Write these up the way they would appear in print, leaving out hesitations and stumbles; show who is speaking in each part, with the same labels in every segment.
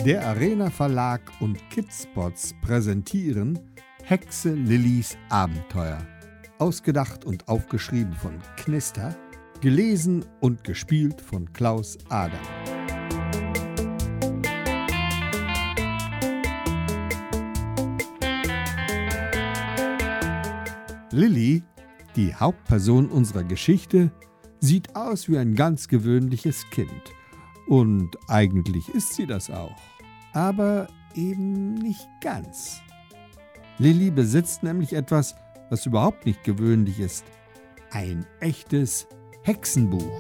Speaker 1: Der Arena Verlag und Kidspots präsentieren Hexe Lillys Abenteuer. Ausgedacht und aufgeschrieben von Knister, gelesen und gespielt von Klaus Adam. Lilly, die Hauptperson unserer Geschichte, sieht aus wie ein ganz gewöhnliches Kind. Und eigentlich ist sie das auch. Aber eben nicht ganz. Lilly besitzt nämlich etwas, was überhaupt nicht gewöhnlich ist. Ein echtes Hexenbuch.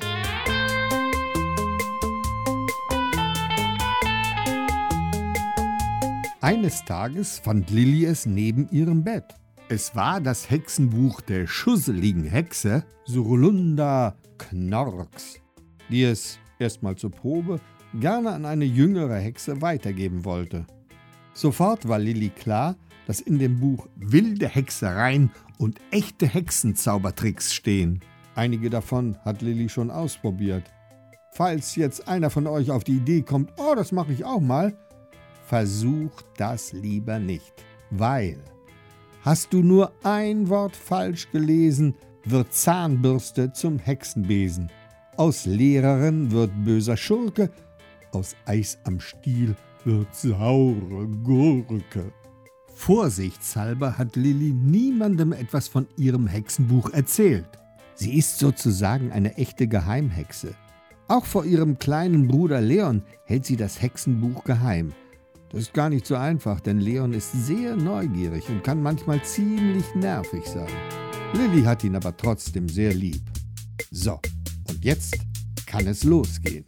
Speaker 1: Eines Tages fand Lilly es neben ihrem Bett. Es war das Hexenbuch der schusseligen Hexe Surlunda Knorks, die es, erstmal zur Probe, gerne an eine jüngere Hexe weitergeben wollte. Sofort war Lilly klar, dass in dem Buch wilde Hexereien und echte Hexenzaubertricks stehen. Einige davon hat Lilly schon ausprobiert. Falls jetzt einer von euch auf die Idee kommt, oh, das mache ich auch mal, versucht das lieber nicht, weil hast du nur ein Wort falsch gelesen, wird Zahnbürste zum Hexenbesen. Aus Lehrerin wird böser Schurke, aus Eis am Stiel wird saure Gurke. Vorsichtshalber hat Lilly niemandem etwas von ihrem Hexenbuch erzählt. Sie ist sozusagen eine echte Geheimhexe. Auch vor ihrem kleinen Bruder Leon hält sie das Hexenbuch geheim. Das ist gar nicht so einfach, denn Leon ist sehr neugierig und kann manchmal ziemlich nervig sein. Lilly hat ihn aber trotzdem sehr lieb. So, und jetzt kann es losgehen.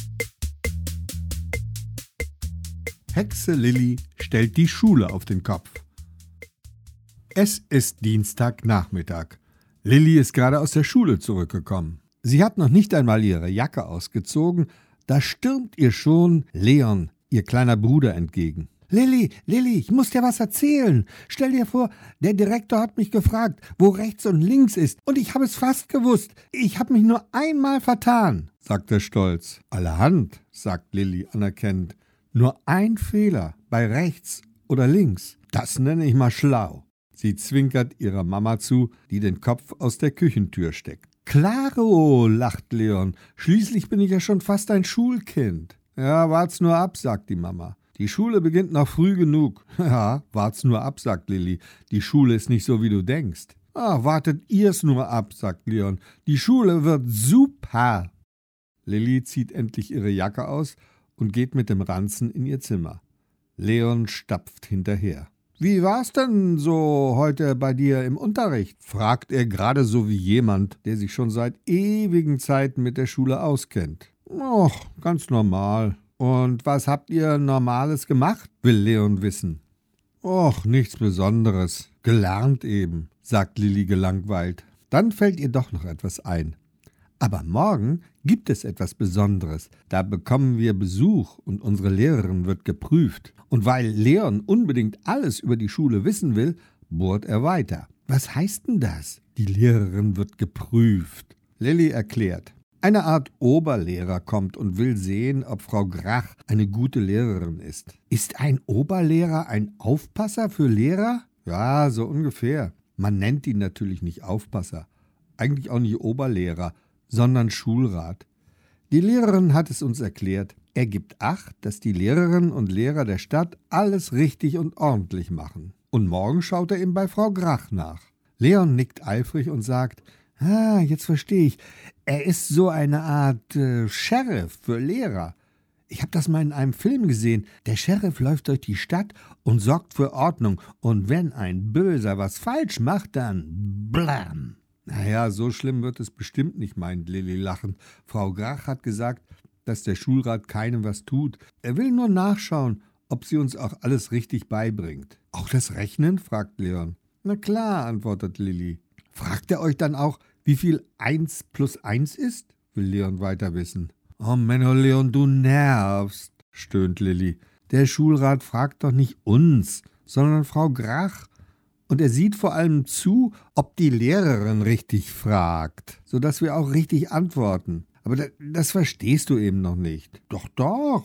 Speaker 1: Hexe Lilly stellt die Schule auf den Kopf. Es ist Dienstagnachmittag. Lilly ist gerade aus der Schule zurückgekommen. Sie hat noch nicht einmal ihre Jacke ausgezogen, da stürmt ihr schon Leon, ihr kleiner Bruder, entgegen. Lilly, ich muss dir was erzählen. Stell dir vor, der Direktor hat mich gefragt, wo rechts und links ist. Und ich habe es fast gewusst. Ich habe mich nur einmal vertan, sagt er stolz. Allerhand, sagt Lilly anerkennend. Nur ein Fehler bei rechts oder links. Das nenne ich mal schlau. Sie zwinkert ihrer Mama zu, die den Kopf aus der Küchentür steckt. Klaro, lacht Leon. Schließlich bin ich ja schon fast ein Schulkind. Ja, wart's nur ab, sagt die Mama. Die Schule beginnt noch früh genug. Ja, wart's nur ab, sagt Lilly. Die Schule ist nicht so, wie du denkst. Ah, wartet ihr's nur ab, sagt Leon. Die Schule wird super. Lilly zieht endlich ihre Jacke aus und geht mit dem Ranzen in ihr Zimmer. Leon stapft hinterher. Wie war's denn so heute bei dir im Unterricht? Fragt er gerade so wie jemand, der sich schon seit ewigen Zeiten mit der Schule auskennt. Och, ganz normal. Und was habt ihr Normales gemacht? Will Leon wissen. Och, nichts Besonderes. Gelernt eben, sagt Lilly gelangweilt. Dann fällt ihr doch noch etwas ein. Aber morgen gibt es etwas Besonderes. Da bekommen wir Besuch und unsere Lehrerin wird geprüft. Und weil Leon unbedingt alles über die Schule wissen will, bohrt er weiter. Was heißt denn das? Die Lehrerin wird geprüft. Lilly erklärt. Eine Art Oberlehrer kommt und will sehen, ob Frau Grach eine gute Lehrerin ist. Ist ein Oberlehrer ein Aufpasser für Lehrer? Ja, so ungefähr. Man nennt ihn natürlich nicht Aufpasser. Eigentlich auch nicht Oberlehrer, sondern Schulrat. Die Lehrerin hat es uns erklärt. Er gibt Acht, dass die Lehrerinnen und Lehrer der Stadt alles richtig und ordentlich machen. Und morgen schaut er ihm bei Frau Grach nach. Leon nickt eifrig und sagt, jetzt verstehe ich. Er ist so eine Art Sheriff für Lehrer. Ich habe das mal in einem Film gesehen. Der Sheriff läuft durch die Stadt und sorgt für Ordnung. Und wenn ein Böser was falsch macht, dann blam. Naja, so schlimm wird es bestimmt nicht, meint Lilly lachend. Frau Grach hat gesagt, dass der Schulrat keinem was tut. Er will nur nachschauen, ob sie uns auch alles richtig beibringt. Auch das Rechnen? fragt Leon. Na klar, antwortet Lilly. Fragt er euch dann auch, wie viel 1 plus 1 ist? Will Leon weiter wissen. Oh Menno, Leon, du nervst, stöhnt Lilly. Der Schulrat fragt doch nicht uns, sondern Frau Grach. Und er sieht vor allem zu, ob die Lehrerin richtig fragt, sodass wir auch richtig antworten. Aber das verstehst du eben noch nicht. Doch,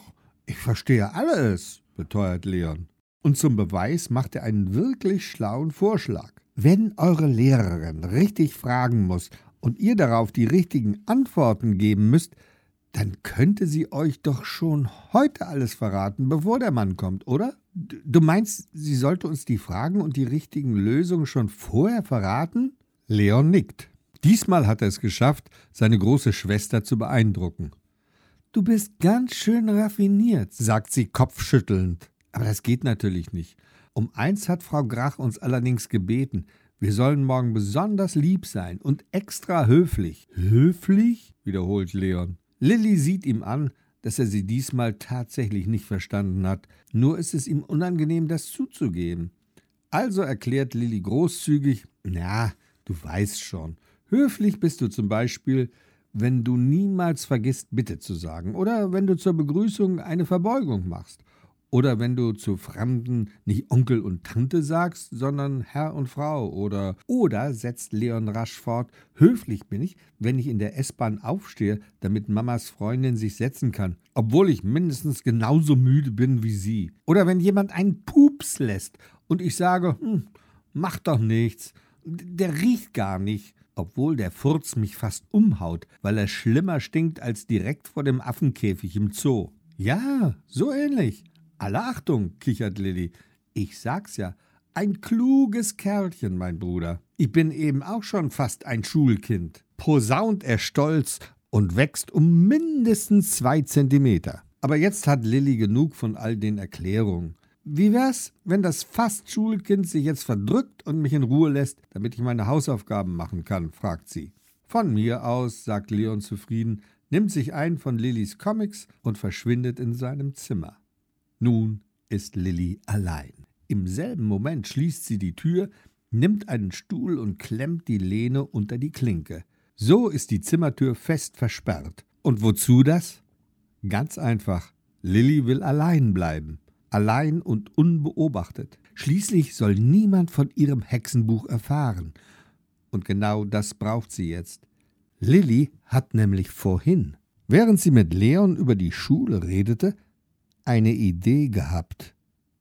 Speaker 1: Ich verstehe alles, beteuert Leon. Und zum Beweis macht er einen wirklich schlauen Vorschlag. Wenn eure Lehrerin richtig fragen muss und ihr darauf die richtigen Antworten geben müsst, dann könnte sie euch doch schon heute alles verraten, bevor der Mann kommt, oder? Du meinst, sie sollte uns die Fragen und die richtigen Lösungen schon vorher verraten? Leon nickt. Diesmal hat er es geschafft, seine große Schwester zu beeindrucken. »Du bist ganz schön raffiniert«, sagt sie kopfschüttelnd. Aber das geht natürlich nicht. Um eins hat Frau Grach uns allerdings gebeten. Wir sollen morgen besonders lieb sein und extra höflich. »Höflich?«, wiederholt Leon. Lilli sieht ihm an, dass er sie diesmal tatsächlich nicht verstanden hat. Nur ist es ihm unangenehm, das zuzugeben. Also erklärt Lilli großzügig, »Na, du weißt schon. Höflich bist du zum Beispiel, wenn du niemals vergisst, Bitte zu sagen, oder wenn du zur Begrüßung eine Verbeugung machst, oder wenn du zu Fremden nicht Onkel und Tante sagst, sondern Herr und Frau, oder, setzt Leon rasch fort, höflich bin ich, wenn ich in der S-Bahn aufstehe, damit Mamas Freundin sich setzen kann, obwohl ich mindestens genauso müde bin wie sie. Oder wenn jemand einen Pups lässt und ich sage, mach doch nichts, der riecht gar nicht, obwohl der Furz mich fast umhaut, weil er schlimmer stinkt als direkt vor dem Affenkäfig im Zoo. Ja, so ähnlich. Alle Achtung, kichert Lilli. Ich sag's ja, ein kluges Kerlchen, mein Bruder. Ich bin eben auch schon fast ein Schulkind. Posaunt er stolz und wächst um mindestens 2 Zentimeter. Aber jetzt hat Lilli genug von all den Erklärungen. Wie wär's, wenn das fast Schulkind sich jetzt verdrückt und mich in Ruhe lässt, damit ich meine Hausaufgaben machen kann, fragt sie. Von mir aus, sagt Leon zufrieden, nimmt sich einen von Lillis Comics und verschwindet in seinem Zimmer. Nun ist Lilli allein. Im selben Moment schließt sie die Tür, nimmt einen Stuhl und klemmt die Lehne unter die Klinke. So ist die Zimmertür fest versperrt. Und wozu das? Ganz einfach. Lilli will allein bleiben. Allein und unbeobachtet. Schließlich soll niemand von ihrem Hexenbuch erfahren. Und genau das braucht sie jetzt. Lilli hat nämlich vorhin, während sie mit Leon über die Schule redete, eine Idee gehabt.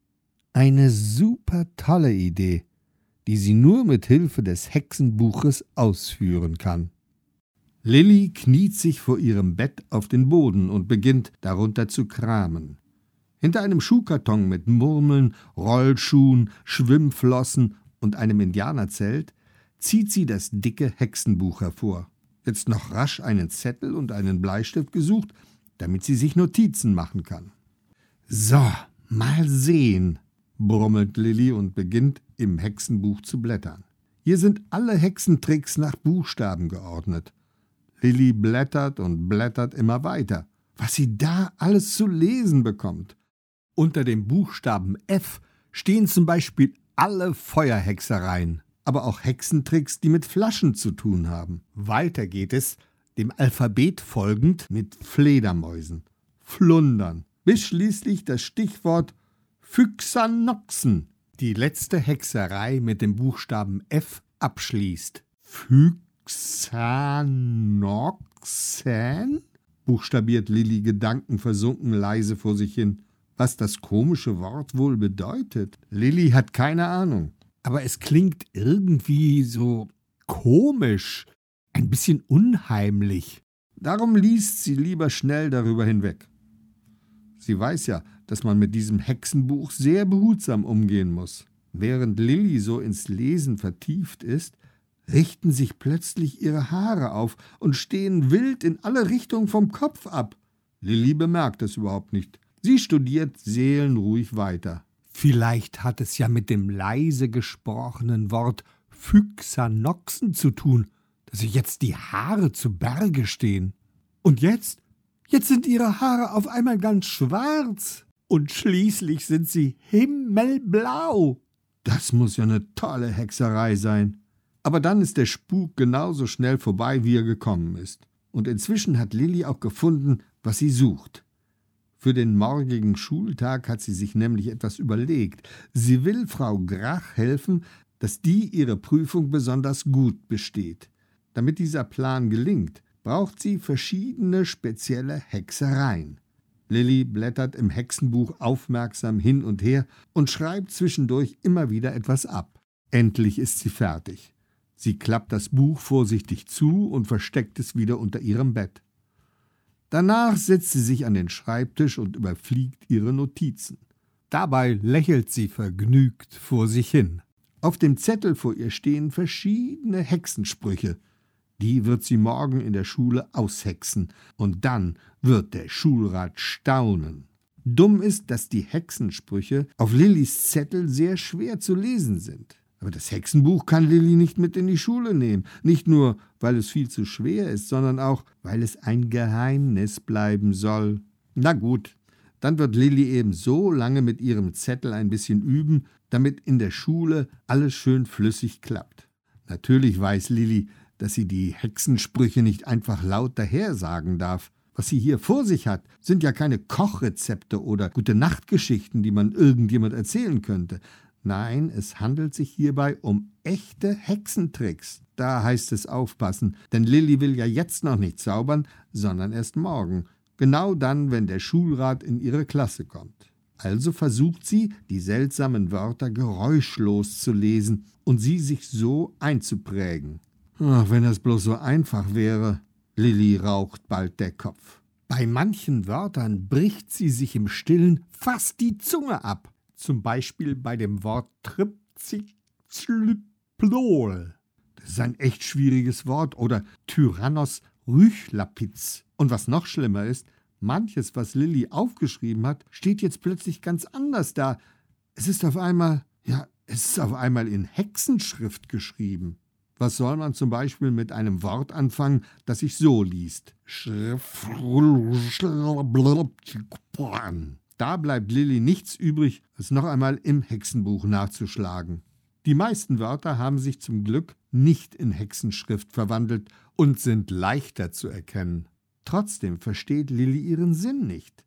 Speaker 1: Eine super tolle Idee, die sie nur mit Hilfe des Hexenbuches ausführen kann. Lilli kniet sich vor ihrem Bett auf den Boden und beginnt, darunter zu kramen. Hinter einem Schuhkarton mit Murmeln, Rollschuhen, Schwimmflossen und einem Indianerzelt zieht sie das dicke Hexenbuch hervor. Jetzt noch rasch einen Zettel und einen Bleistift gesucht, damit sie sich Notizen machen kann. »So, mal sehen«, brummelt Lilli und beginnt, im Hexenbuch zu blättern. Hier sind alle Hexentricks nach Buchstaben geordnet. Lilli blättert und blättert immer weiter, was sie da alles zu lesen bekommt. Unter dem Buchstaben F stehen zum Beispiel alle Feuerhexereien, aber auch Hexentricks, die mit Flaschen zu tun haben. Weiter geht es, dem Alphabet folgend, mit Fledermäusen, Flundern, bis schließlich das Stichwort Füchsanoxen die letzte Hexerei mit dem Buchstaben F abschließt. Füchsanoxen? Buchstabiert Lilli gedankenversunken leise vor sich hin. Was das komische Wort wohl bedeutet? Lilli hat keine Ahnung. Aber es klingt irgendwie so komisch, ein bisschen unheimlich. Darum liest sie lieber schnell darüber hinweg. Sie weiß ja, dass man mit diesem Hexenbuch sehr behutsam umgehen muss. Während Lilli so ins Lesen vertieft ist, richten sich plötzlich ihre Haare auf und stehen wild in alle Richtungen vom Kopf ab. Lilli bemerkt es überhaupt nicht. Sie studiert seelenruhig weiter. Vielleicht hat es ja mit dem leise gesprochenen Wort Füchsanoxen zu tun, dass ihr jetzt die Haare zu Berge stehen. Und jetzt? Jetzt sind ihre Haare auf einmal ganz schwarz. Und schließlich sind sie himmelblau. Das muss ja eine tolle Hexerei sein. Aber dann ist der Spuk genauso schnell vorbei, wie er gekommen ist. Und inzwischen hat Lilli auch gefunden, was sie sucht. Für den morgigen Schultag hat sie sich nämlich etwas überlegt. Sie will Frau Grach helfen, dass die ihre Prüfung besonders gut besteht. Damit dieser Plan gelingt, braucht sie verschiedene spezielle Hexereien. Lilli blättert im Hexenbuch aufmerksam hin und her und schreibt zwischendurch immer wieder etwas ab. Endlich ist sie fertig. Sie klappt das Buch vorsichtig zu und versteckt es wieder unter ihrem Bett. Danach setzt sie sich an den Schreibtisch und überfliegt ihre Notizen. Dabei lächelt sie vergnügt vor sich hin. Auf dem Zettel vor ihr stehen verschiedene Hexensprüche. Die wird sie morgen in der Schule aushexen, und dann wird der Schulrat staunen. Dumm ist, dass die Hexensprüche auf Lillis Zettel sehr schwer zu lesen sind. Aber das Hexenbuch kann Lilli nicht mit in die Schule nehmen. Nicht nur, weil es viel zu schwer ist, sondern auch, weil es ein Geheimnis bleiben soll. Na gut, dann wird Lilli eben so lange mit ihrem Zettel ein bisschen üben, damit in der Schule alles schön flüssig klappt. Natürlich weiß Lilli, dass sie die Hexensprüche nicht einfach laut dahersagen darf. Was sie hier vor sich hat, sind ja keine Kochrezepte oder Gute-Nacht-Geschichten, die man irgendjemand erzählen könnte. Nein, es handelt sich hierbei um echte Hexentricks. Da heißt es aufpassen, denn Lilli will ja jetzt noch nicht zaubern, sondern erst morgen. Genau dann, wenn der Schulrat in ihre Klasse kommt. Also versucht sie, die seltsamen Wörter geräuschlos zu lesen und sie sich so einzuprägen. Ach, wenn das bloß so einfach wäre. Lilli raucht bald der Kopf. Bei manchen Wörtern bricht sie sich im Stillen fast die Zunge ab. Zum Beispiel bei dem Wort Tripzylplol. Das ist ein echt schwieriges Wort. Oder Tyrannos Rüchlapitz. Und was noch schlimmer ist, manches, was Lilli aufgeschrieben hat, steht jetzt plötzlich ganz anders da. Es ist auf einmal in Hexenschrift geschrieben. Was soll man zum Beispiel mit einem Wort anfangen, das sich so liest? Da bleibt Lilli nichts übrig, als noch einmal im Hexenbuch nachzuschlagen. Die meisten Wörter haben sich zum Glück nicht in Hexenschrift verwandelt und sind leichter zu erkennen. Trotzdem versteht Lilli ihren Sinn nicht.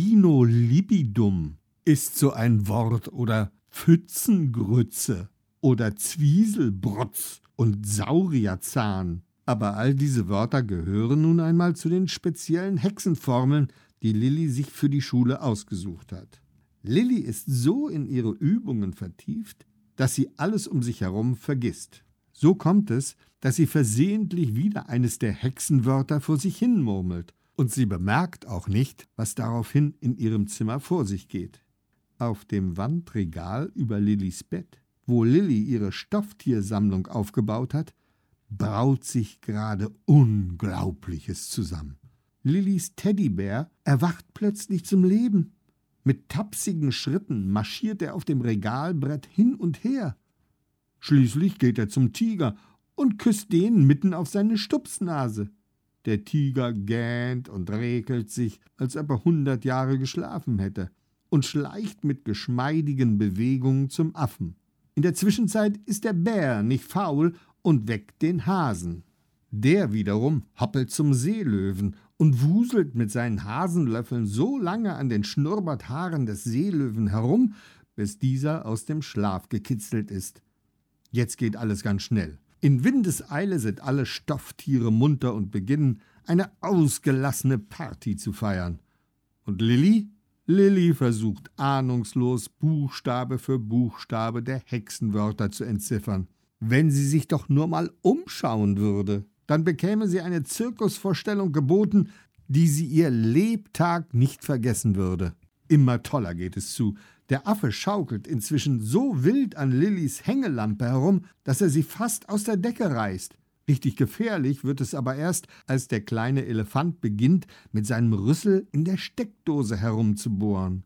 Speaker 1: Dinolibidum ist so ein Wort oder Pfützengrütze oder Zwieselbrotz und Saurierzahn. Aber all diese Wörter gehören nun einmal zu den speziellen Hexenformeln, die Lilli sich für die Schule ausgesucht hat. Lilli ist so in ihre Übungen vertieft, dass sie alles um sich herum vergisst. So kommt es, dass sie versehentlich wieder eines der Hexenwörter vor sich hin murmelt, und sie bemerkt auch nicht, was daraufhin in ihrem Zimmer vor sich geht. Auf dem Wandregal über Lillis Bett, wo Lilli ihre Stofftiersammlung aufgebaut hat, braut sich gerade Unglaubliches zusammen. Lillis Teddybär erwacht plötzlich zum Leben. Mit tapsigen Schritten marschiert er auf dem Regalbrett hin und her. Schließlich geht er zum Tiger und küsst den mitten auf seine Stupsnase. Der Tiger gähnt und räkelt sich, als ob er 100 Jahre geschlafen hätte, und schleicht mit geschmeidigen Bewegungen zum Affen. In der Zwischenzeit ist der Bär nicht faul und weckt den Hasen. Der wiederum hoppelt zum Seelöwen und wuselt mit seinen Hasenlöffeln so lange an den Schnurrbarthaaren des Seelöwen herum, bis dieser aus dem Schlaf gekitzelt ist. Jetzt geht alles ganz schnell. In Windeseile sind alle Stofftiere munter und beginnen, eine ausgelassene Party zu feiern. Und Lilli? Lilli versucht ahnungslos, Buchstabe für Buchstabe der Hexenwörter zu entziffern. Wenn sie sich doch nur mal umschauen würde, dann bekäme sie eine Zirkusvorstellung geboten, die sie ihr Lebtag nicht vergessen würde. Immer toller geht es zu. Der Affe schaukelt inzwischen so wild an Lillis Hängelampe herum, dass er sie fast aus der Decke reißt. Richtig gefährlich wird es aber erst, als der kleine Elefant beginnt, mit seinem Rüssel in der Steckdose herumzubohren.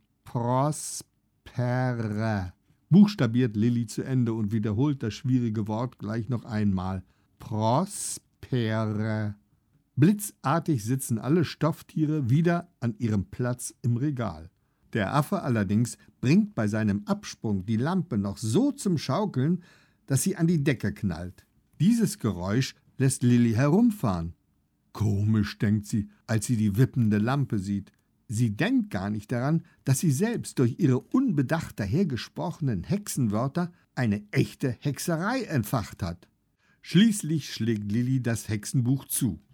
Speaker 1: Prospere, buchstabiert Lilli zu Ende und wiederholt das schwierige Wort gleich noch einmal. Prospere. Blitzartig sitzen alle Stofftiere wieder an ihrem Platz im Regal. Der Affe allerdings bringt bei seinem Absprung die Lampe noch so zum Schaukeln, dass sie an die Decke knallt. Dieses Geräusch lässt Lilli herumfahren. Komisch, denkt sie, als sie die wippende Lampe sieht. Sie denkt gar nicht daran, dass sie selbst durch ihre unbedacht dahergesprochenen Hexenwörter eine echte Hexerei entfacht hat. Schließlich schlägt Lilli das Hexenbuch zu.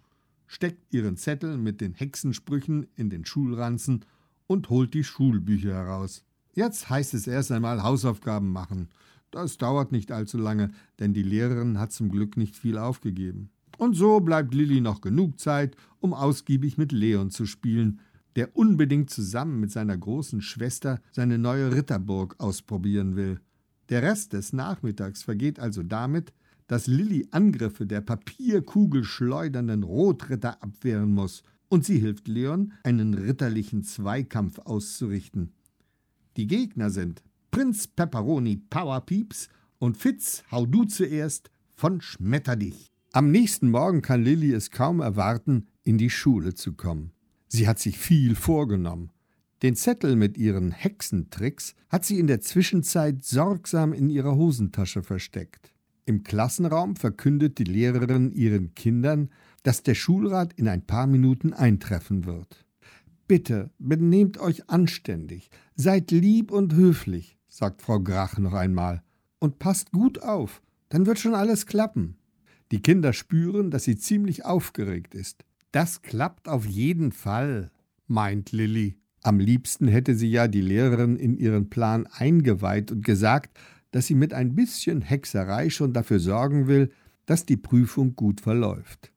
Speaker 1: steckt ihren Zettel mit den Hexensprüchen in den Schulranzen und holt die Schulbücher heraus. Jetzt heißt es erst einmal Hausaufgaben machen. Das dauert nicht allzu lange, denn die Lehrerin hat zum Glück nicht viel aufgegeben. Und so bleibt Lilli noch genug Zeit, um ausgiebig mit Leon zu spielen, der unbedingt zusammen mit seiner großen Schwester seine neue Ritterburg ausprobieren will. Der Rest des Nachmittags vergeht also damit, dass Lilli Angriffe der papierkugelschleudernden Rotritter abwehren muss, und sie hilft Leon, einen ritterlichen Zweikampf auszurichten. Die Gegner sind Prinz Pepperoni Powerpieps und Fitz, hau du zuerst, von Schmetterdich. Am nächsten Morgen kann Lilli es kaum erwarten, in die Schule zu kommen. Sie hat sich viel vorgenommen. Den Zettel mit ihren Hexentricks hat sie in der Zwischenzeit sorgsam in ihrer Hosentasche versteckt. Im Klassenraum verkündet die Lehrerin ihren Kindern, dass der Schulrat in ein paar Minuten eintreffen wird. »Bitte, benehmt euch anständig, seid lieb und höflich«, sagt Frau Grach noch einmal, »und passt gut auf, dann wird schon alles klappen.« Die Kinder spüren, dass sie ziemlich aufgeregt ist. »Das klappt auf jeden Fall«, meint Lilli. Am liebsten hätte sie ja die Lehrerin in ihren Plan eingeweiht und gesagt, dass sie mit ein bisschen Hexerei schon dafür sorgen will, dass die Prüfung gut verläuft.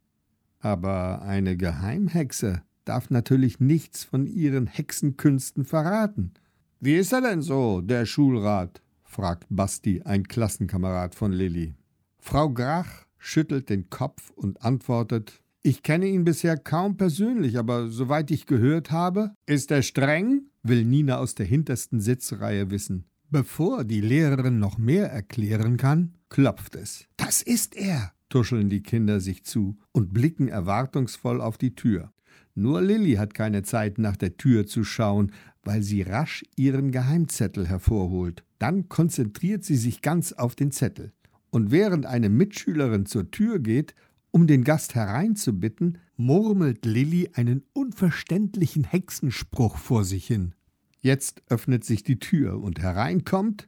Speaker 1: Aber eine Geheimhexe darf natürlich nichts von ihren Hexenkünsten verraten. »Wie ist er denn so, der Schulrat?« fragt Basti, ein Klassenkamerad von Lilli. Frau Grach schüttelt den Kopf und antwortet: »Ich kenne ihn bisher kaum persönlich, aber soweit ich gehört habe, ist er streng?« will Nina aus der hintersten Sitzreihe wissen. Bevor die Lehrerin noch mehr erklären kann, klopft es. »Das ist er«, tuscheln die Kinder sich zu und blicken erwartungsvoll auf die Tür. Nur Lilli hat keine Zeit, nach der Tür zu schauen, weil sie rasch ihren Geheimzettel hervorholt. Dann konzentriert sie sich ganz auf den Zettel. Und während eine Mitschülerin zur Tür geht, um den Gast hereinzubitten, murmelt Lilli einen unverständlichen Hexenspruch vor sich hin. Jetzt öffnet sich die Tür und hereinkommt...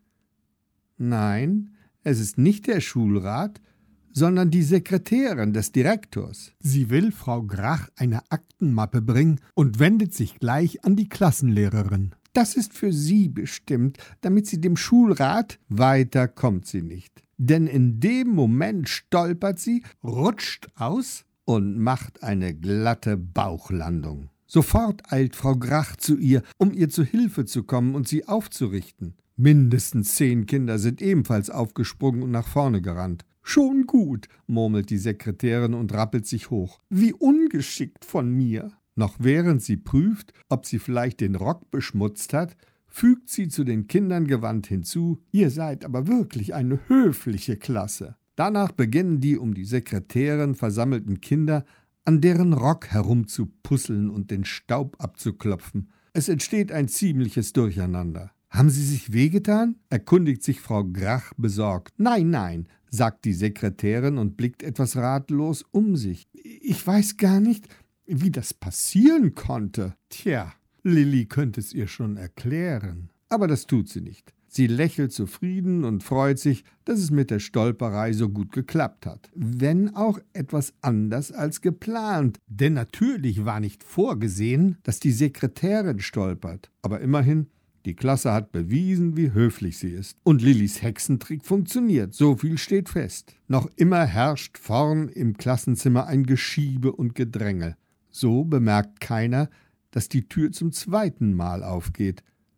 Speaker 1: Nein, es ist nicht der Schulrat, sondern die Sekretärin des Direktors. Sie will Frau Grach eine Aktenmappe bringen und wendet sich gleich an die Klassenlehrerin. Das ist für sie bestimmt, damit sie dem Schulrat... Weiter kommt sie nicht. Denn in dem Moment stolpert sie, rutscht aus und macht eine glatte Bauchlandung. Sofort eilt Frau Grach zu ihr, um ihr zu Hilfe zu kommen und sie aufzurichten. Mindestens 10 Kinder sind ebenfalls aufgesprungen und nach vorne gerannt. »Schon gut«, murmelt die Sekretärin und rappelt sich hoch. »Wie ungeschickt von mir!« Noch während sie prüft, ob sie vielleicht den Rock beschmutzt hat, fügt sie zu den Kindern gewandt hinzu: »Ihr seid aber wirklich eine höfliche Klasse.« Danach beginnen die um die Sekretärin versammelten Kinder, an deren Rock herumzupusseln und den Staub abzuklopfen. Es entsteht ein ziemliches Durcheinander. »Haben Sie sich wehgetan?« erkundigt sich Frau Grach besorgt. »Nein, nein«, sagt die Sekretärin und blickt etwas ratlos um sich. »Ich weiß gar nicht, wie das passieren konnte.« Tja, Lilli könnte es ihr schon erklären. Aber das tut sie nicht. Sie lächelt zufrieden und freut sich, dass es mit der Stolperei so gut geklappt hat. Wenn auch etwas anders als geplant. Denn natürlich war nicht vorgesehen, dass die Sekretärin stolpert. Aber immerhin, die Klasse hat bewiesen, wie höflich sie ist. Und Lillis Hexentrick funktioniert, so viel steht fest. Noch immer herrscht vorn im Klassenzimmer ein Geschiebe und Gedränge. So bemerkt keiner, dass die Tür zum zweiten Mal aufgeht.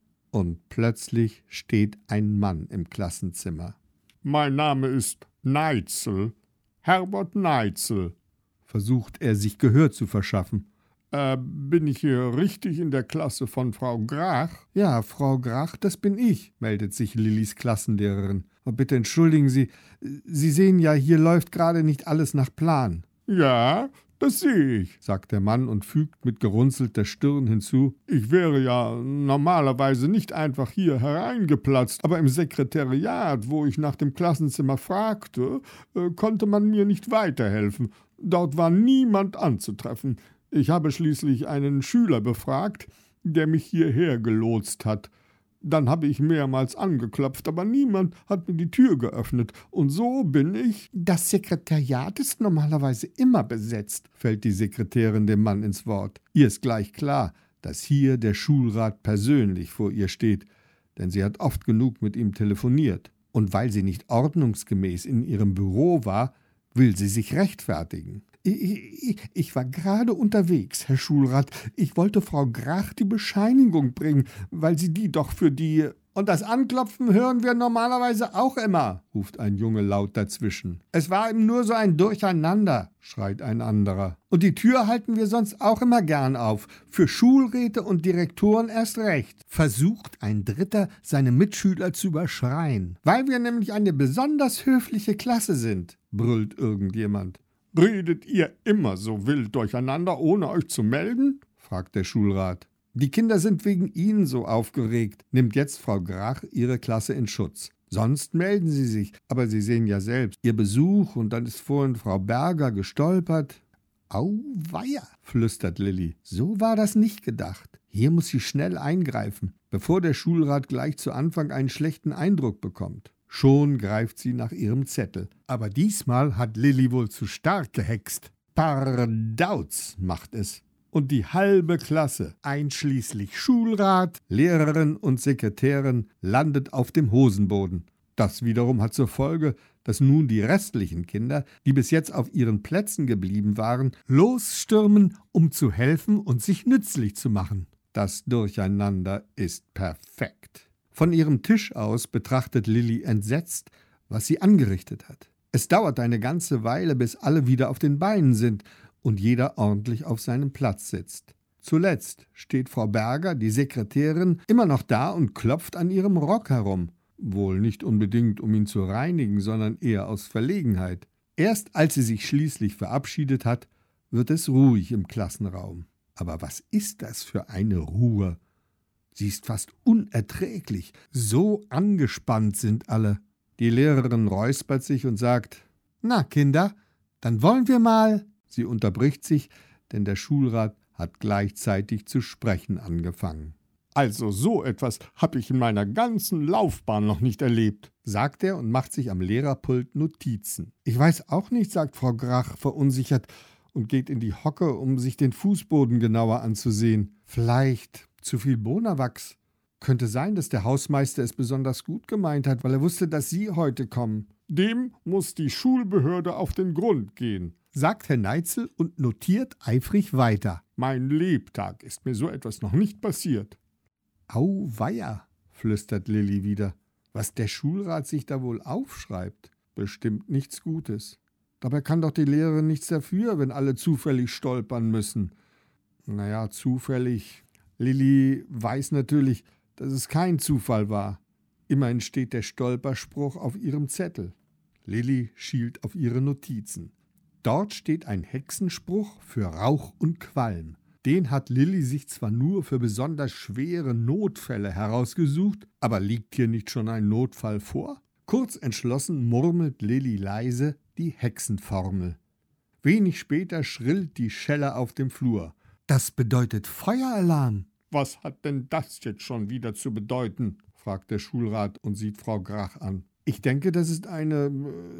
Speaker 1: Und plötzlich steht ein Mann im Klassenzimmer. »Mein Name ist Neitzel, Herbert Neitzel«, versucht er, sich Gehör zu verschaffen. »Bin ich hier richtig in der Klasse von Frau Grach?« »Ja, Frau Grach, das bin ich«, meldet sich Lillis Klassenlehrerin. »Oh, bitte entschuldigen Sie, Sie sehen ja, hier läuft gerade nicht alles nach Plan.« »Ja, das sehe ich«, sagt der Mann und fügt mit gerunzelter Stirn hinzu: »Ich wäre ja normalerweise nicht einfach hier hereingeplatzt, aber im Sekretariat, wo ich nach dem Klassenzimmer fragte, konnte man mir nicht weiterhelfen. Dort war niemand anzutreffen. Ich habe schließlich einen Schüler befragt, der mich hierher gelotst hat. Dann habe ich mehrmals angeklopft, aber niemand hat mir die Tür geöffnet. Und so bin ich. Das Sekretariat ist normalerweise immer besetzt, fällt die Sekretärin dem Mann ins Wort. Ihr ist gleich klar, dass hier der Schulrat persönlich vor ihr steht, denn sie hat oft genug mit ihm telefoniert. Und weil sie nicht ordnungsgemäß in ihrem Büro war, will sie sich rechtfertigen. Ich war gerade unterwegs, Herr Schulrat. Ich wollte Frau Grach die Bescheinigung bringen, weil sie die doch für die... Und das Anklopfen hören wir normalerweise auch immer, ruft ein Junge laut dazwischen. Es war eben nur so ein Durcheinander, schreit ein anderer. Und die Tür halten wir sonst auch immer gern auf. Für Schulräte und Direktoren erst recht. Versucht ein Dritter, seine Mitschüler zu überschreien. Weil wir nämlich eine besonders höfliche Klasse sind, brüllt irgendjemand. Redet ihr immer so wild durcheinander, ohne euch zu melden? Fragt der Schulrat. Die Kinder sind wegen Ihnen so aufgeregt, nimmt jetzt Frau Grach ihre Klasse in Schutz. Sonst melden sie sich, aber Sie sehen ja selbst, Ihr Besuch und dann ist vorhin Frau Berger gestolpert. Auweia, flüstert Lilli, so war das nicht gedacht. Hier muss sie schnell eingreifen, bevor der Schulrat gleich zu Anfang einen schlechten Eindruck bekommt. Schon greift sie nach ihrem Zettel. Aber diesmal hat Lilli wohl zu stark gehext. Pardauz macht es. Und die halbe Klasse, einschließlich Schulrat, Lehrerin und Sekretärin, landet auf dem Hosenboden. Das wiederum hat zur Folge, dass nun die restlichen Kinder, die bis jetzt auf ihren Plätzen geblieben waren, losstürmen, um zu helfen und sich nützlich zu machen. Das Durcheinander ist perfekt. Von ihrem Tisch aus betrachtet Lilli entsetzt, was sie angerichtet hat. Es dauert eine ganze Weile, bis alle wieder auf den Beinen sind und jeder ordentlich auf seinem Platz sitzt. Zuletzt steht Frau Berger, die Sekretärin, immer noch da und klopft an ihrem Rock herum. Wohl nicht unbedingt, um ihn zu reinigen, sondern eher aus Verlegenheit. Erst als sie sich schließlich verabschiedet hat, wird es ruhig im Klassenraum. Aber was ist das für eine Ruhe? Sie ist fast unerträglich. So angespannt sind alle. Die Lehrerin räuspert sich und sagt, »Na, Kinder, dann wollen wir mal...« Sie unterbricht sich, denn der Schulrat hat gleichzeitig zu sprechen angefangen. »Also so etwas habe ich in meiner ganzen Laufbahn noch nicht erlebt«, sagt er und macht sich am Lehrerpult Notizen. »Ich weiß auch nicht«, sagt Frau Grach verunsichert und geht in die Hocke, um sich den Fußboden genauer anzusehen. »Vielleicht zu viel Bonawachs. Könnte sein, dass der Hausmeister es besonders gut gemeint hat, weil er wusste, dass Sie heute kommen.« »Dem muss die Schulbehörde auf den Grund gehen«, sagt Herr Neitzel und notiert eifrig weiter. »Mein Lebtag ist mir so etwas noch nicht passiert.« »Auweia«, flüstert Lilli wieder. Was der Schulrat sich da wohl aufschreibt? Bestimmt nichts Gutes. Dabei kann doch die Lehrerin nichts dafür, wenn alle zufällig stolpern müssen. Naja, zufällig. Lilli weiß natürlich, dass es kein Zufall war. Immerhin steht der Stolperspruch auf ihrem Zettel. Lilli schielt auf ihre Notizen. Dort steht ein Hexenspruch für Rauch und Qualm. Den hat Lilli sich zwar nur für besonders schwere Notfälle herausgesucht, aber liegt hier nicht schon ein Notfall vor? Kurz entschlossen murmelt Lilli leise die Hexenformel. Wenig später schrillt die Schelle auf dem Flur. Das bedeutet Feueralarm. »Was hat denn das jetzt schon wieder zu bedeuten?« fragt der Schulrat und sieht Frau Grach an. »Ich denke, das ist eine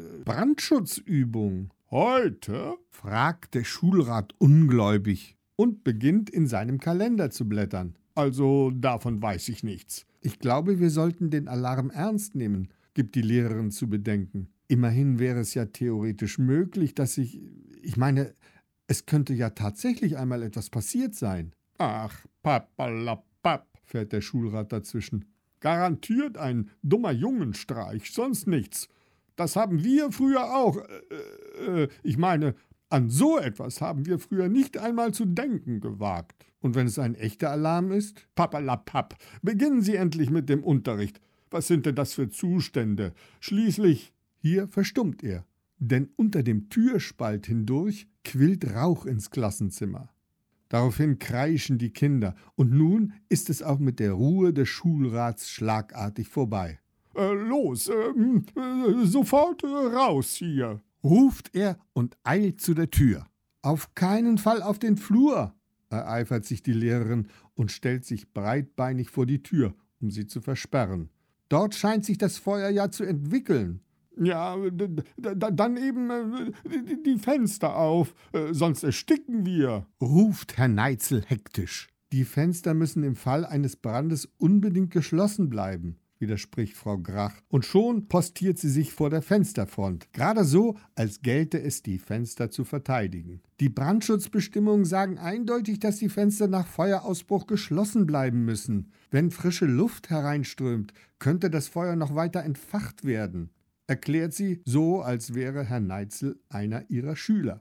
Speaker 1: Brandschutzübung.« »Heute?« fragt der Schulrat ungläubig und beginnt in seinem Kalender zu blättern. »Also davon weiß ich nichts.« »Ich glaube, wir sollten den Alarm ernst nehmen«, gibt die Lehrerin zu bedenken. »Immerhin wäre es ja theoretisch möglich, dass ich meine, es könnte ja tatsächlich einmal etwas passiert sein.« »Ach, papalapap«, fährt der Schulrat dazwischen. »Garantiert ein dummer Jungenstreich, sonst nichts. Das haben wir früher auch. Ich meine, an so etwas haben wir früher nicht einmal zu denken gewagt. Und wenn es ein echter Alarm ist? Papalapap, beginnen Sie endlich mit dem Unterricht. Was sind denn das für Zustände? Schließlich...« Hier verstummt er, denn unter dem Türspalt hindurch quillt Rauch ins Klassenzimmer. Daraufhin kreischen die Kinder, und nun ist es auch mit der Ruhe des Schulrats schlagartig vorbei. »Los, sofort raus hier«, ruft er und eilt zu der Tür. »Auf keinen Fall auf den Flur«, ereifert sich die Lehrerin und stellt sich breitbeinig vor die Tür um sie zu versperren. Dort scheint sich das Feuer ja zu entwickeln. Ja, dann eben die Fenster auf, sonst ersticken wir, ruft Herr Neitzel hektisch. Die Fenster müssen im Fall eines Brandes unbedingt geschlossen bleiben, widerspricht Frau Grach, und schon postiert sie sich vor der Fensterfront, gerade so, als gelte es, die Fenster zu verteidigen. Die Brandschutzbestimmungen sagen eindeutig, dass die Fenster nach Feuerausbruch geschlossen bleiben müssen. Wenn frische Luft hereinströmt, könnte das Feuer noch weiter entfacht werden, erklärt sie, so als wäre Herr Neitzel einer ihrer Schüler.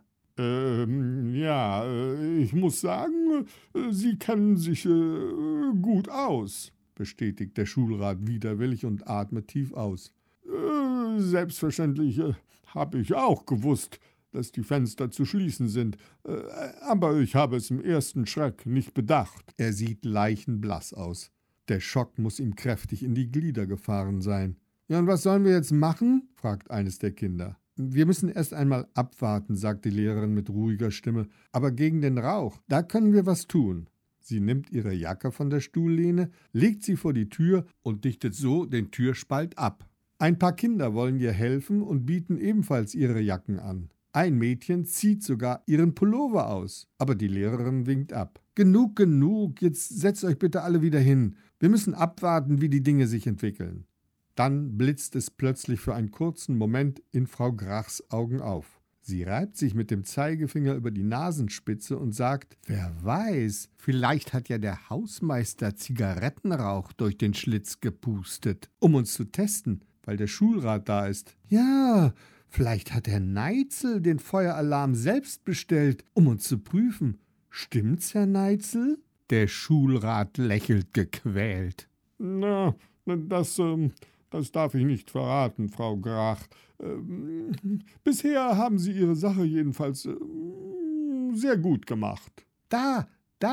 Speaker 1: Ich muss sagen, Sie kennen sich gut aus, bestätigt der Schulrat widerwillig und atmet tief aus. Selbstverständlich habe ich auch gewusst, dass die Fenster zu schließen sind, aber ich habe es im ersten Schreck nicht bedacht. Er sieht leichenblass aus. Der Schock muss ihm kräftig in die Glieder gefahren sein. Ja, und was sollen wir jetzt machen? Fragt eines der Kinder. Wir müssen erst einmal abwarten, sagt die Lehrerin mit ruhiger Stimme. Aber gegen den Rauch, da können wir was tun. Sie nimmt ihre Jacke von der Stuhllehne, legt sie vor die Tür und dichtet so den Türspalt ab. Ein paar Kinder wollen ihr helfen und bieten ebenfalls ihre Jacken an. Ein Mädchen zieht sogar ihren Pullover aus. Aber die Lehrerin winkt ab. Genug, jetzt setzt euch bitte alle wieder hin. Wir müssen abwarten, wie die Dinge sich entwickeln. Dann blitzt es plötzlich für einen kurzen Moment in Frau Grachs Augen auf. Sie reibt sich mit dem Zeigefinger über die Nasenspitze und sagt, wer weiß, vielleicht hat ja der Hausmeister Zigarettenrauch durch den Schlitz gepustet, um uns zu testen, weil der Schulrat da ist. Ja, vielleicht hat Herr Neitzel den Feueralarm selbst bestellt, um uns zu prüfen. Stimmt's, Herr Neitzel? Der Schulrat lächelt gequält. Na, das darf ich nicht verraten, Frau Grach. Bisher haben Sie Ihre Sache jedenfalls sehr gut gemacht. Da,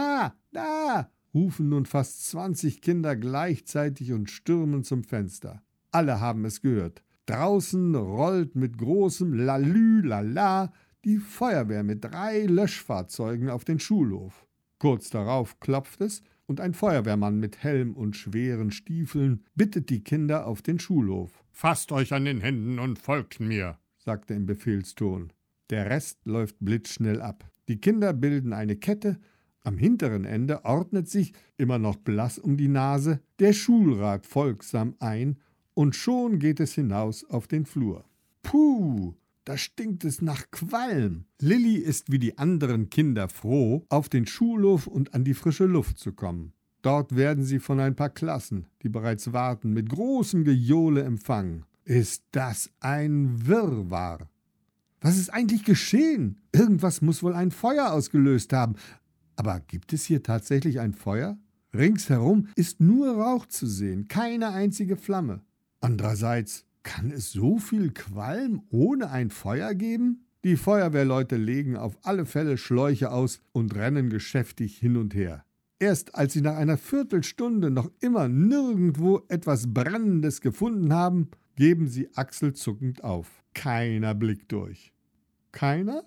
Speaker 1: rufen nun fast 20 Kinder gleichzeitig und stürmen zum Fenster. Alle haben es gehört. Draußen rollt mit großem Lalü, Lala die Feuerwehr mit 3 Löschfahrzeugen auf den Schulhof. Kurz darauf klopft es und ein Feuerwehrmann mit Helm und schweren Stiefeln bittet die Kinder auf den Schulhof. »Fasst euch an den Händen und folgt mir«, sagt er im Befehlston. Der Rest läuft blitzschnell ab. Die Kinder bilden eine Kette. Am hinteren Ende ordnet sich, immer noch blass um die Nase, der Schulrat folgsam ein und schon geht es hinaus auf den Flur. Puh! Da stinkt es nach Qualm. Lilli ist wie die anderen Kinder froh, auf den Schulhof und an die frische Luft zu kommen. Dort werden sie von ein paar Klassen, die bereits warten, mit großem Gejohle empfangen. Ist das ein Wirrwarr? Was ist eigentlich geschehen? Irgendwas muss wohl ein Feuer ausgelöst haben. Aber gibt es hier tatsächlich ein Feuer? Ringsherum ist nur Rauch zu sehen, keine einzige Flamme. Andererseits, kann es so viel Qualm ohne ein Feuer geben? Die Feuerwehrleute legen auf alle Fälle Schläuche aus und rennen geschäftig hin und her. Erst als sie nach einer Viertelstunde noch immer nirgendwo etwas Brennendes gefunden haben, geben sie achselzuckend auf. Keiner blickt durch. Keiner?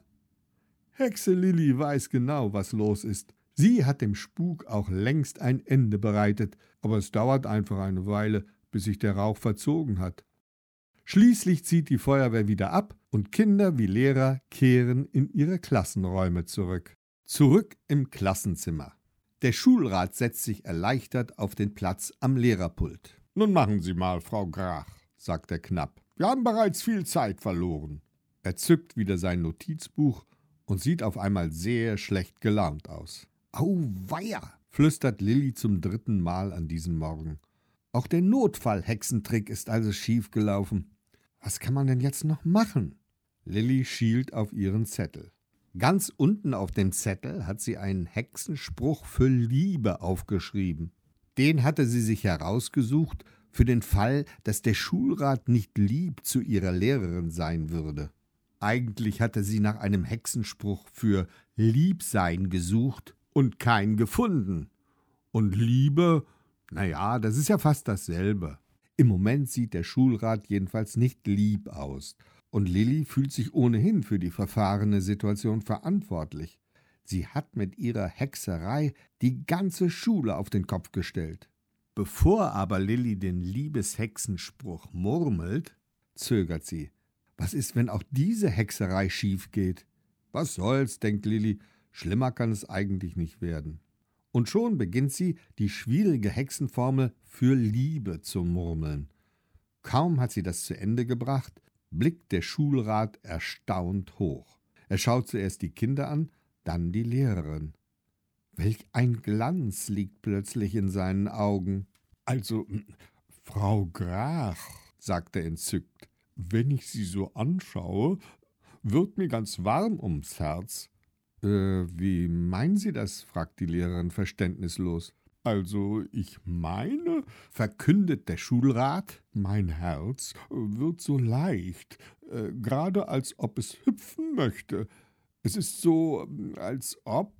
Speaker 1: Hexe Lilli weiß genau, was los ist. Sie hat dem Spuk auch längst ein Ende bereitet, aber es dauert einfach eine Weile, bis sich der Rauch verzogen hat. Schließlich zieht die Feuerwehr wieder ab und Kinder wie Lehrer kehren in ihre Klassenräume zurück. Zurück im Klassenzimmer. Der Schulrat setzt sich erleichtert auf den Platz am Lehrerpult. »Nun machen Sie mal, Frau Grach«, sagt er knapp. »Wir haben bereits viel Zeit verloren.« Er zückt wieder sein Notizbuch und sieht auf einmal sehr schlecht gelaunt aus. »Auweia«, flüstert Lilli zum 3. Mal an diesem Morgen. Auch der Notfallhexentrick ist also schief gelaufen. Was kann man denn jetzt noch machen? Lilli schielt auf ihren Zettel. Ganz unten auf dem Zettel hat sie einen Hexenspruch für Liebe aufgeschrieben. Den hatte sie sich herausgesucht für den Fall, dass der Schulrat nicht lieb zu ihrer Lehrerin sein würde. Eigentlich hatte sie nach einem Hexenspruch für Liebsein gesucht und keinen gefunden. Und Liebe, naja, das ist ja fast dasselbe. Im Moment sieht der Schulrat jedenfalls nicht lieb aus. Und Lilli fühlt sich ohnehin für die verfahrene Situation verantwortlich. Sie hat mit ihrer Hexerei die ganze Schule auf den Kopf gestellt. Bevor aber Lilli den Liebeshexenspruch murmelt, zögert sie. Was ist, wenn auch diese Hexerei schief geht? Was soll's, denkt Lilli, schlimmer kann es eigentlich nicht werden. Und schon beginnt sie, die schwierige Hexenformel für Liebe zu murmeln. Kaum hat sie das zu Ende gebracht, blickt der Schulrat erstaunt hoch. Er schaut zuerst die Kinder an, dann die Lehrerin. Welch ein Glanz liegt plötzlich in seinen Augen. »Also, Frau Grach«, sagt er entzückt, »wenn ich Sie so anschaue, wird mir ganz warm ums Herz.« »Wie meinen Sie das?« fragt die Lehrerin verständnislos. »Also, ich meine«, verkündet der Schulrat, »mein Herz wird so leicht, gerade als ob es hüpfen möchte. Es ist so, als ob,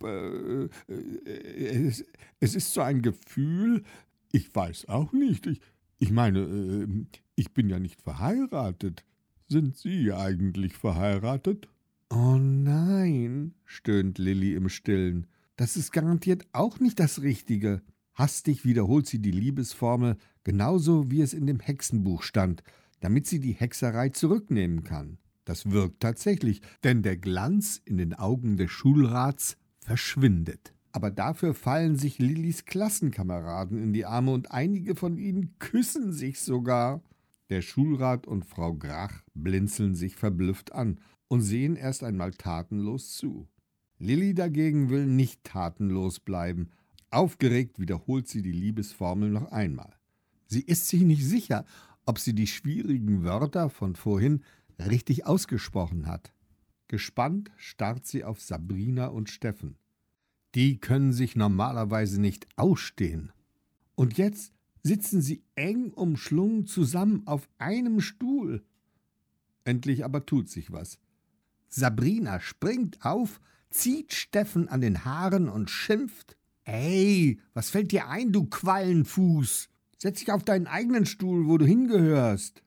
Speaker 1: es ist so ein Gefühl, ich weiß auch nicht, ich meine, ich bin ja nicht verheiratet. Sind Sie eigentlich verheiratet?« »Oh nein«, stöhnt Lilli im Stillen, »das ist garantiert auch nicht das Richtige.« Hastig wiederholt sie die Liebesformel, genauso wie es in dem Hexenbuch stand, damit sie die Hexerei zurücknehmen kann. Das wirkt tatsächlich, denn der Glanz in den Augen des Schulrats verschwindet. Aber dafür fallen sich Lillis Klassenkameraden in die Arme und einige von ihnen küssen sich sogar. Der Schulrat und Frau Grach blinzeln sich verblüfft an und sehen erst einmal tatenlos zu. Lilli dagegen will nicht tatenlos bleiben. Aufgeregt wiederholt sie die Liebesformel noch einmal. Sie ist sich nicht sicher, ob sie die schwierigen Wörter von vorhin richtig ausgesprochen hat. Gespannt starrt sie auf Sabrina und Steffen. Die können sich normalerweise nicht ausstehen. Und jetzt sitzen sie eng umschlungen zusammen auf einem Stuhl. Endlich aber tut sich was. Sabrina springt auf, zieht Steffen an den Haaren und schimpft: »Ey, was fällt dir ein, du Quallenfuß? Setz dich auf deinen eigenen Stuhl, wo du hingehörst.«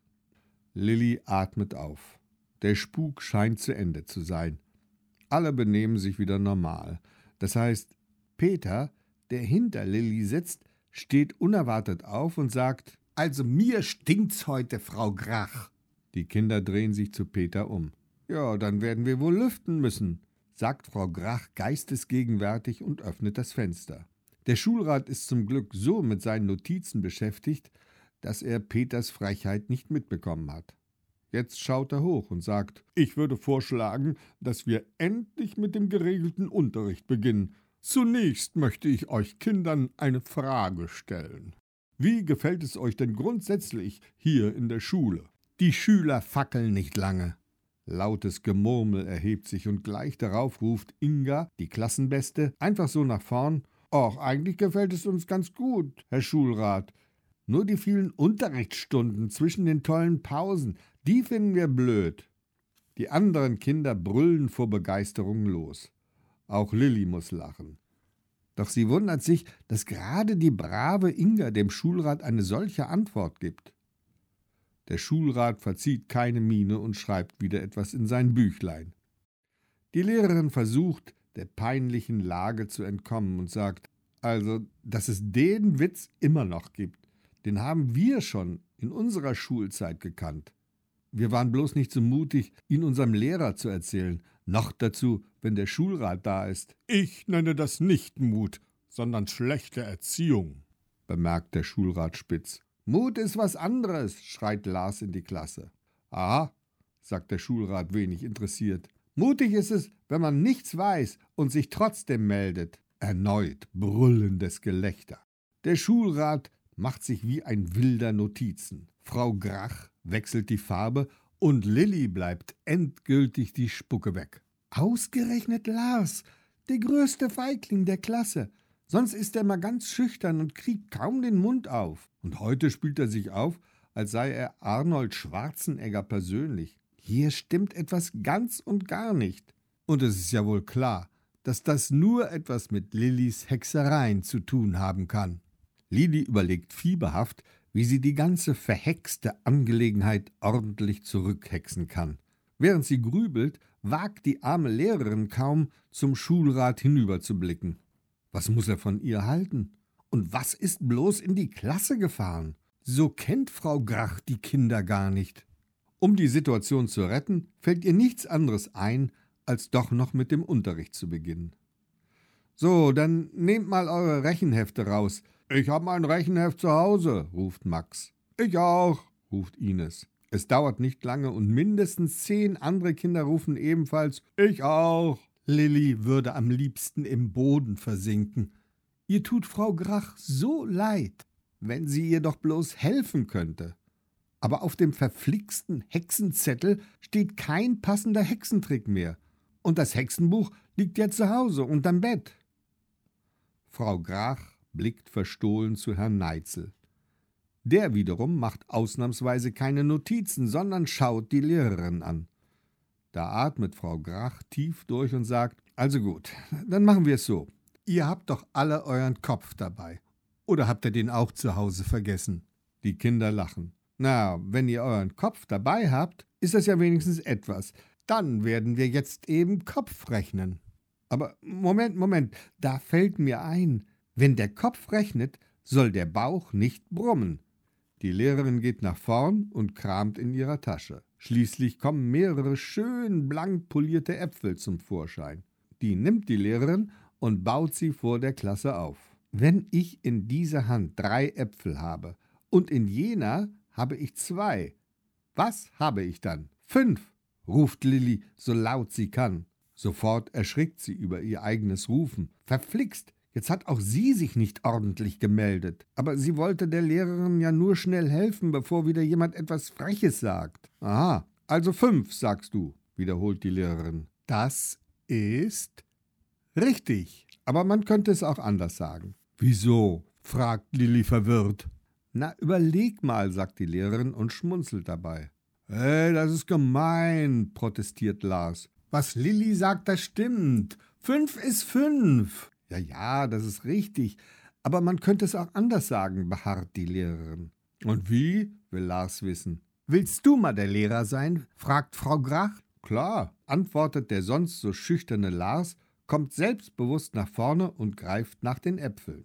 Speaker 1: Lilli atmet auf. Der Spuk scheint zu Ende zu sein. Alle benehmen sich wieder normal. Das heißt, Peter, der hinter Lilli sitzt, steht unerwartet auf und sagt: »Also mir stinkt's heute, Frau Grach.« Die Kinder drehen sich zu Peter um. »Ja, dann werden wir wohl lüften müssen«, sagt Frau Grach geistesgegenwärtig und öffnet das Fenster. Der Schulrat ist zum Glück so mit seinen Notizen beschäftigt, dass er Peters Frechheit nicht mitbekommen hat. Jetzt schaut er hoch und sagt: »Ich würde vorschlagen, dass wir endlich mit dem geregelten Unterricht beginnen. Zunächst möchte ich euch Kindern eine Frage stellen. Wie gefällt es euch denn grundsätzlich hier in der Schule?« Die Schüler fackeln nicht lange. Lautes Gemurmel erhebt sich und gleich darauf ruft Inga, die Klassenbeste, einfach so nach vorn: »Ach, eigentlich gefällt es uns ganz gut, Herr Schulrat. Nur die vielen Unterrichtsstunden zwischen den tollen Pausen, die finden wir blöd.« Die anderen Kinder brüllen vor Begeisterung los. Auch Lilli muss lachen. Doch sie wundert sich, dass gerade die brave Inga dem Schulrat eine solche Antwort gibt. Der Schulrat verzieht keine Miene und schreibt wieder etwas in sein Büchlein. Die Lehrerin versucht, der peinlichen Lage zu entkommen und sagt: »Also, dass es den Witz immer noch gibt, den haben wir schon in unserer Schulzeit gekannt. Wir waren bloß nicht so mutig, ihn unserem Lehrer zu erzählen, noch dazu, wenn der Schulrat da ist.« »Ich nenne das nicht Mut, sondern schlechte Erziehung«, bemerkt der Schulrat spitz. »Mut ist was anderes«, schreit Lars in die Klasse. »Aha«, sagt der Schulrat wenig interessiert. »Mutig ist es, wenn man nichts weiß und sich trotzdem meldet.« Erneut brüllendes Gelächter. Der Schulrat macht sich wie ein Wilder Notizen. Frau Grach wechselt die Farbe und Lilli bleibt endgültig die Spucke weg. Ausgerechnet Lars, der größte Feigling der Klasse. Sonst ist er mal ganz schüchtern und kriegt kaum den Mund auf. Und heute spielt er sich auf, als sei er Arnold Schwarzenegger persönlich. Hier stimmt etwas ganz und gar nicht. Und es ist ja wohl klar, dass das nur etwas mit Lillis Hexereien zu tun haben kann. Lilli überlegt fieberhaft, wie sie die ganze verhexte Angelegenheit ordentlich zurückhexen kann. Während sie grübelt, wagt die arme Lehrerin kaum, zum Schulrat hinüberzublicken. Was muss er von ihr halten? Und was ist bloß in die Klasse gefahren? So kennt Frau Grach die Kinder gar nicht. Um die Situation zu retten, fällt ihr nichts anderes ein, als doch noch mit dem Unterricht zu beginnen. »So, dann nehmt mal eure Rechenhefte raus. Ich habe mein Rechenheft zu Hause«, ruft Max. »Ich auch«, ruft Ines. Es dauert nicht lange und mindestens 10 andere Kinder rufen ebenfalls »Ich auch«. Lilli würde am liebsten im Boden versinken. Ihr tut Frau Grach so leid, wenn sie ihr doch bloß helfen könnte. Aber auf dem verflixten Hexenzettel steht kein passender Hexentrick mehr. Und das Hexenbuch liegt ja zu Hause unterm Bett. Frau Grach blickt verstohlen zu Herrn Neitzel. Der wiederum macht ausnahmsweise keine Notizen, sondern schaut die Lehrerin an. Da atmet Frau Grach tief durch und sagt, also gut, dann machen wir es so. Ihr habt doch alle euren Kopf dabei. Oder habt ihr den auch zu Hause vergessen? Die Kinder lachen. Na, wenn ihr euren Kopf dabei habt, ist das ja wenigstens etwas. Dann werden wir jetzt eben Kopf rechnen. Aber Moment, da fällt mir ein, wenn der Kopf rechnet, soll der Bauch nicht brummen. Die Lehrerin geht nach vorn und kramt in ihrer Tasche. Schließlich kommen mehrere schön blank polierte Äpfel zum Vorschein. Die nimmt die Lehrerin und baut sie vor der Klasse auf. Wenn ich in dieser Hand 3 Äpfel habe und in jener habe ich 2, was habe ich dann? 5, ruft Lilli so laut sie kann. Sofort erschrickt sie über ihr eigenes Rufen. Verflixt! Jetzt hat auch sie sich nicht ordentlich gemeldet. Aber sie wollte der Lehrerin ja nur schnell helfen, bevor wieder jemand etwas Freches sagt. Aha, also 5, sagst du, wiederholt die Lehrerin. Das ist richtig. Aber man könnte es auch anders sagen. Wieso? Fragt Lilli verwirrt. Na, überleg mal, sagt die Lehrerin und schmunzelt dabei. Hey, das ist gemein, protestiert Lars. Was Lilli sagt, das stimmt. 5 ist 5. Ja, das ist richtig. Aber man könnte es auch anders sagen, beharrt die Lehrerin. Und wie? Will Lars wissen. Willst du mal der Lehrer sein? Fragt Frau Grach. Klar, antwortet der sonst so schüchterne Lars, kommt selbstbewusst nach vorne und greift nach den Äpfeln.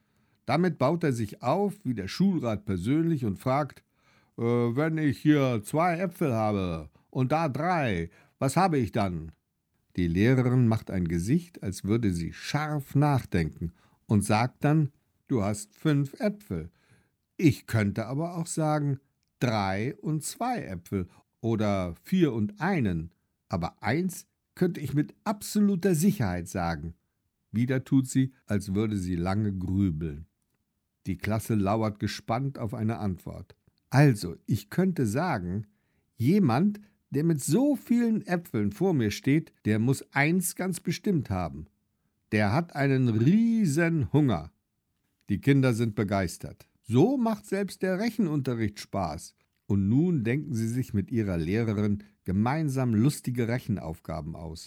Speaker 1: Damit baut er sich auf wie der Schulrat persönlich und fragt, wenn ich hier 2 Äpfel habe und da 3, was habe ich dann? Die Lehrerin macht ein Gesicht, als würde sie scharf nachdenken und sagt dann, du hast 5 Äpfel. Ich könnte aber auch sagen 3 und 2 Äpfel oder 4 und 1, aber 1 könnte ich mit absoluter Sicherheit sagen. Wieder tut sie, als würde sie lange grübeln. Die Klasse lauert gespannt auf eine Antwort. Also, ich könnte sagen, jemand, der mit so vielen Äpfeln vor mir steht, der muss 1 ganz bestimmt haben. Der hat einen riesen Hunger. Die Kinder sind begeistert. So macht selbst der Rechenunterricht Spaß. Und nun denken sie sich mit ihrer Lehrerin gemeinsam lustige Rechenaufgaben aus.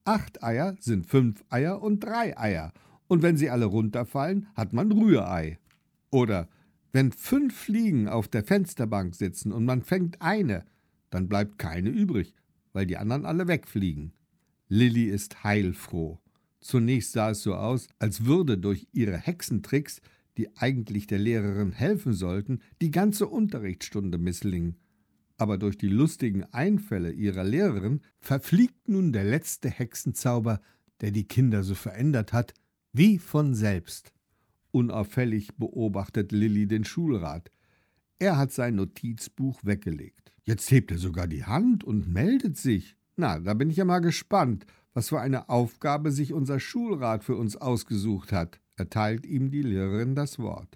Speaker 1: 8 Eier sind 5 Eier und 3 Eier. Und wenn sie alle runterfallen, hat man Rührei. Oder wenn 5 Fliegen auf der Fensterbank sitzen und man fängt eine, dann bleibt keine übrig, weil die anderen alle wegfliegen. Lilli ist heilfroh. Zunächst sah es so aus, als würde durch ihre Hexentricks, die eigentlich der Lehrerin helfen sollten, die ganze Unterrichtsstunde misslingen. Aber durch die lustigen Einfälle ihrer Lehrerin verfliegt nun der letzte Hexenzauber, der die Kinder so verändert hat, wie von selbst. Unauffällig beobachtet Lilli den Schulrat. Er hat sein Notizbuch weggelegt. Jetzt hebt er sogar die Hand und meldet sich. Na, da bin ich ja mal gespannt, was für eine Aufgabe sich unser Schulrat für uns ausgesucht hat, erteilt ihm die Lehrerin das Wort.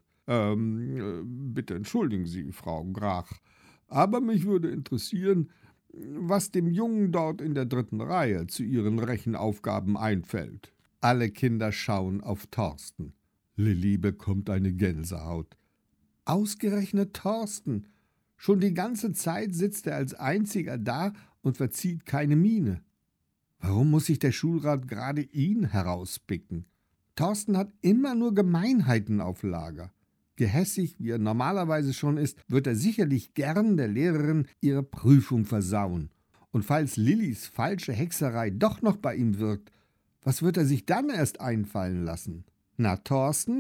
Speaker 1: Bitte entschuldigen Sie, Frau Grach, aber mich würde interessieren, was dem Jungen dort in der 3. Reihe zu Ihren Rechenaufgaben einfällt. Alle Kinder schauen auf Thorsten. Lilli bekommt eine Gänsehaut. Ausgerechnet Thorsten. Schon die ganze Zeit sitzt er als einziger da und verzieht keine Miene. Warum muss sich der Schulrat gerade ihn herauspicken? Thorsten hat immer nur Gemeinheiten auf Lager. Gehässig, wie er normalerweise schon ist, wird er sicherlich gern der Lehrerin ihre Prüfung versauen. Und falls Lillis falsche Hexerei doch noch bei ihm wirkt, was wird er sich dann erst einfallen lassen? Na, Thorsten,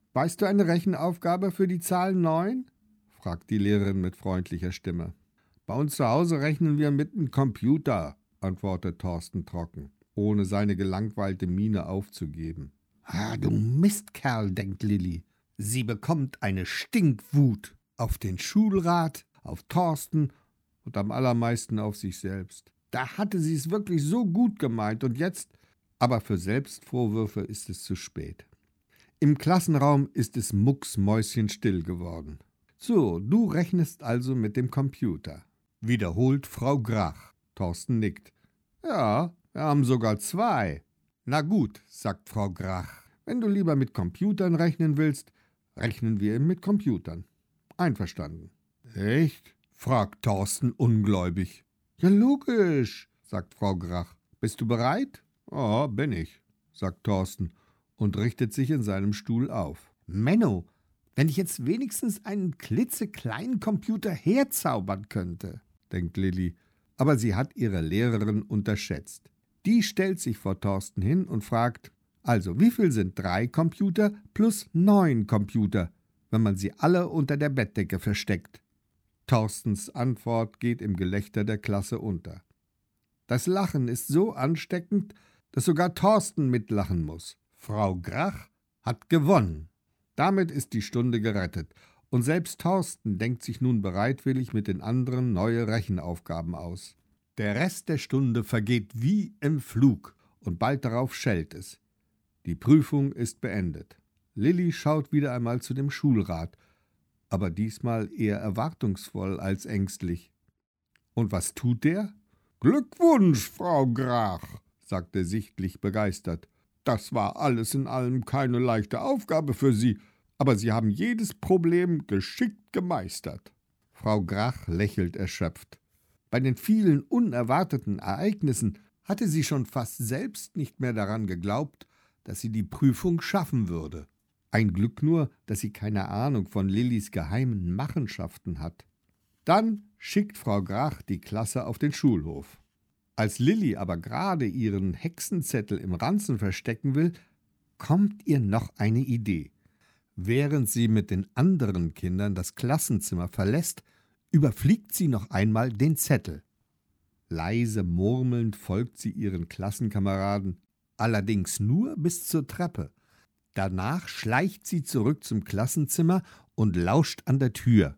Speaker 1: Weißt du eine Rechenaufgabe für die Zahl 9? Fragt die Lehrerin mit freundlicher Stimme. Bei uns zu Hause rechnen wir mit dem Computer, antwortet Thorsten trocken, ohne seine gelangweilte Miene aufzugeben. Ah, du Mistkerl, denkt Lilli. Sie bekommt eine Stinkwut auf den Schulrat, auf Thorsten und am allermeisten auf sich selbst. Da hatte sie es wirklich so gut gemeint und jetzt, aber für Selbstvorwürfe ist es zu spät. Im Klassenraum ist es mucksmäuschenstill geworden. So, du rechnest also mit dem Computer, wiederholt Frau Grach. Thorsten nickt. Ja, wir haben sogar 2. Na gut, sagt Frau Grach. Wenn du lieber mit Computern rechnen willst, rechnen wir eben mit Computern. Einverstanden. Echt? Fragt Thorsten ungläubig. Ja, logisch, sagt Frau Grach. Bist du bereit? Ja, bin ich, sagt Thorsten und richtet sich in seinem Stuhl auf. Menno, wenn ich jetzt wenigstens einen klitzekleinen Computer herzaubern könnte, denkt Lilli. Aber sie hat ihre Lehrerin unterschätzt. Die stellt sich vor Thorsten hin und fragt, also wie viel sind 3 Computer plus 9 Computer, wenn man sie alle unter der Bettdecke versteckt? Thorstens Antwort geht im Gelächter der Klasse unter. Das Lachen ist so ansteckend, dass sogar Thorsten mitlachen muss. Frau Grach hat gewonnen. Damit ist die Stunde gerettet. Und selbst Thorsten denkt sich nun bereitwillig mit den anderen neue Rechenaufgaben aus. Der Rest der Stunde vergeht wie im Flug und bald darauf schellt es. Die Prüfung ist beendet. Lilli schaut wieder einmal zu dem Schulrat, aber diesmal eher erwartungsvoll als ängstlich. Und was tut der? »Glückwunsch, Frau Grach«, sagt er sichtlich begeistert. »Das war alles in allem keine leichte Aufgabe für Sie, aber Sie haben jedes Problem geschickt gemeistert.« Frau Grach lächelt erschöpft. Bei den vielen unerwarteten Ereignissen hatte sie schon fast selbst nicht mehr daran geglaubt, dass sie die Prüfung schaffen würde. Ein Glück nur, dass sie keine Ahnung von Lillis geheimen Machenschaften hat. Dann schickt Frau Grach die Klasse auf den Schulhof. Als Lilli aber gerade ihren Hexenzettel im Ranzen verstecken will, kommt ihr noch eine Idee. Während sie mit den anderen Kindern das Klassenzimmer verlässt, überfliegt sie noch einmal den Zettel. Leise murmelnd folgt sie ihren Klassenkameraden, allerdings nur bis zur Treppe. Danach schleicht sie zurück zum Klassenzimmer und lauscht an der Tür.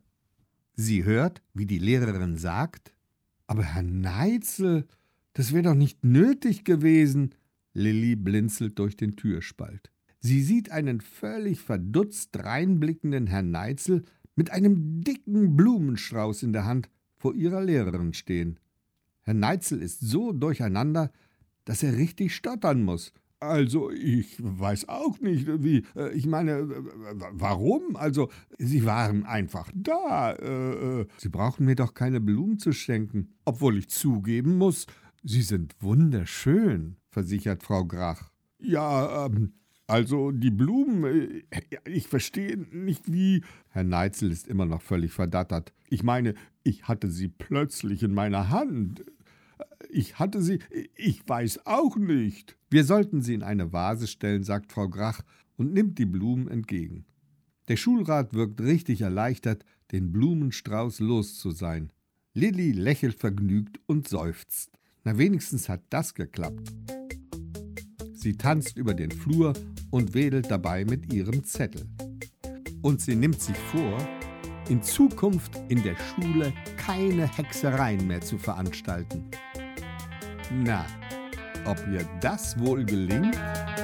Speaker 1: Sie hört, wie die Lehrerin sagt, »Aber Herr Neitzel, das wäre doch nicht nötig gewesen.« Lilli blinzelt durch den Türspalt. Sie sieht einen völlig verdutzt reinblickenden Herrn Neitzel mit einem dicken Blumenstrauß in der Hand vor ihrer Lehrerin stehen. Herr Neitzel ist so durcheinander, dass er richtig stottern muss. »Also, ich weiß auch nicht, wie, ich meine, warum? Also, Sie waren einfach da. Sie brauchen mir doch keine Blumen zu schenken, obwohl ich zugeben muss, Sie sind wunderschön«, versichert Frau Grach. »Ja, also die Blumen, ich verstehe nicht wie...« Herr Neitzel ist immer noch völlig verdattert. »Ich meine, ich hatte sie plötzlich in meiner Hand. Ich weiß auch nicht.« »Wir sollten sie in eine Vase stellen«, sagt Frau Grach und nimmt die Blumen entgegen. Der Schulrat wirkt richtig erleichtert, den Blumenstrauß los zu sein. Lilli lächelt vergnügt und seufzt. Na, wenigstens hat das geklappt. Sie tanzt über den Flur und wedelt dabei mit ihrem Zettel. Und sie nimmt sich vor, in Zukunft in der Schule keine Hexereien mehr zu veranstalten. Na, ob ihr das wohl gelingt?